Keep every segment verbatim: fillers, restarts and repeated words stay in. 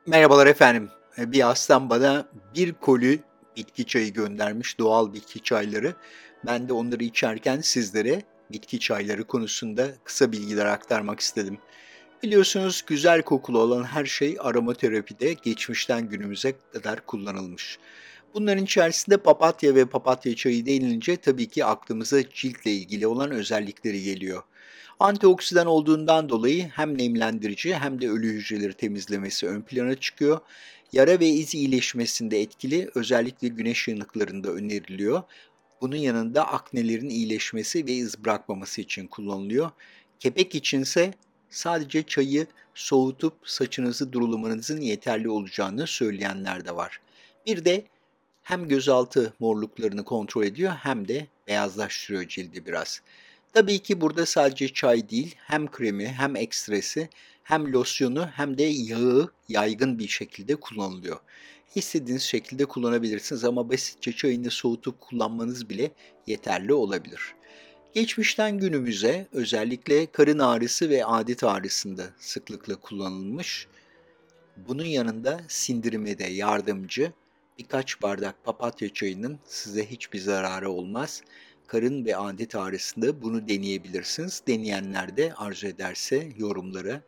Merhabalar efendim. Eee, bir hastam bana bir koli bitki çayı göndermiş, doğal bitki çayları. Ben de onları içerken sizlere bitki çayları konusunda kısa bilgiler aktarmak istedim. Biliyorsunuz güzel kokulu olan her şey aromaterapide geçmişten günümüze kadar kullanılmış. Bunların içerisinde papatya ve papatya çayı denilince tabii ki aklımıza ciltle ilgili olan özellikleri geliyor. Antioksidan olduğundan dolayı hem nemlendirici hem de ölü hücreleri temizlemesi ön plana çıkıyor. Yara ve iz iyileşmesinde etkili, özellikle güneş yanıklarında öneriliyor. Bunun yanında aknelerin iyileşmesi ve iz bırakmaması için kullanılıyor. Kepek içinse sadece çayı soğutup saçınızı durulamanızın yeterli olacağını söyleyenler de var. Bir de hem gözaltı morluklarını kontrol ediyor hem de beyazlaştırıyor cildi biraz. Tabii ki burada sadece çay değil, hem kremi hem ekstresi hem losyonu hem de yağı yaygın bir şekilde kullanılıyor. İstediğiniz şekilde kullanabilirsiniz ama basitçe çayını soğutup kullanmanız bile yeterli olabilir. Geçmişten günümüze özellikle karın ağrısı ve adet ağrısında sıklıkla kullanılmış. Bunun yanında sindirime de yardımcı birkaç bardak papatya çayının size hiçbir zararı olmaz. Karın ve adet ağrısında bunu deneyebilirsiniz. Deneyenler de arzu ederse yorumlara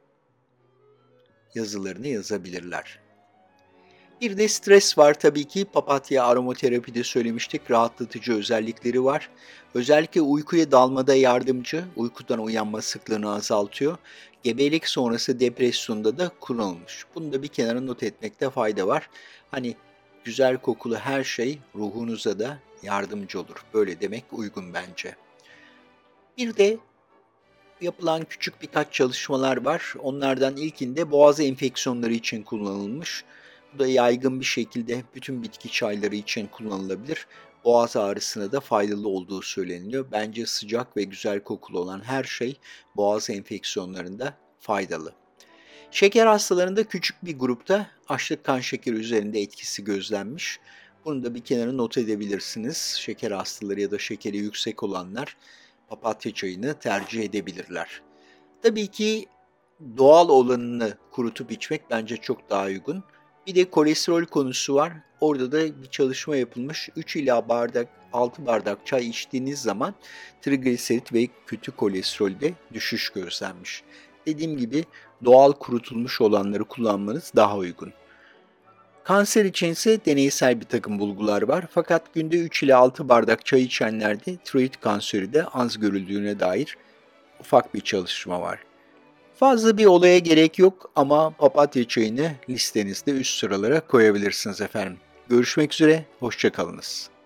yazılarını yazabilirler. Bir de stres var tabii ki. Papatya aromaterapide söylemiştik. Rahatlatıcı özellikleri var. Özellikle uykuya dalmada yardımcı. Uykudan uyanma sıklığını azaltıyor. Gebelik sonrası depresyonda da kullanılmış. Bunu da bir kenara not etmekte fayda var. Hani güzel kokulu her şey ruhunuza da yardımcı olur. Böyle demek uygun bence. Bir de yapılan küçük birkaç çalışmalar var. Onlardan ilkinde boğaz enfeksiyonları için kullanılmış. Bu da yaygın bir şekilde bütün bitki çayları için kullanılabilir. Boğaz ağrısına da faydalı olduğu söyleniyor. Bence sıcak ve güzel kokulu olan her şey boğaz enfeksiyonlarında faydalı. Şeker hastalarında küçük bir grupta açlık kan şekeri üzerinde etkisi gözlenmiş. Bunu da bir kenara not edebilirsiniz. Şeker hastaları ya da şekeri yüksek olanlar papatya çayını tercih edebilirler. Tabii ki doğal olanını kurutup içmek bence çok daha uygun. Bir de kolesterol konusu var. Orada da bir çalışma yapılmış. üç ila bardak, altı bardak çay içtiğiniz zaman trigliserit ve kötü kolesterolde düşüş gözlenmiş. Dediğim gibi doğal kurutulmuş olanları kullanmanız daha uygun. Kanser için ise deneysel bir takım bulgular var. Fakat günde üç ila altı bardak çay içenlerde tiroid kanseri de az görüldüğüne dair ufak bir çalışma var. Fazla bir olaya gerek yok ama papatya çayını listenizde üst sıralara koyabilirsiniz efendim. Görüşmek üzere, hoşça kalınız.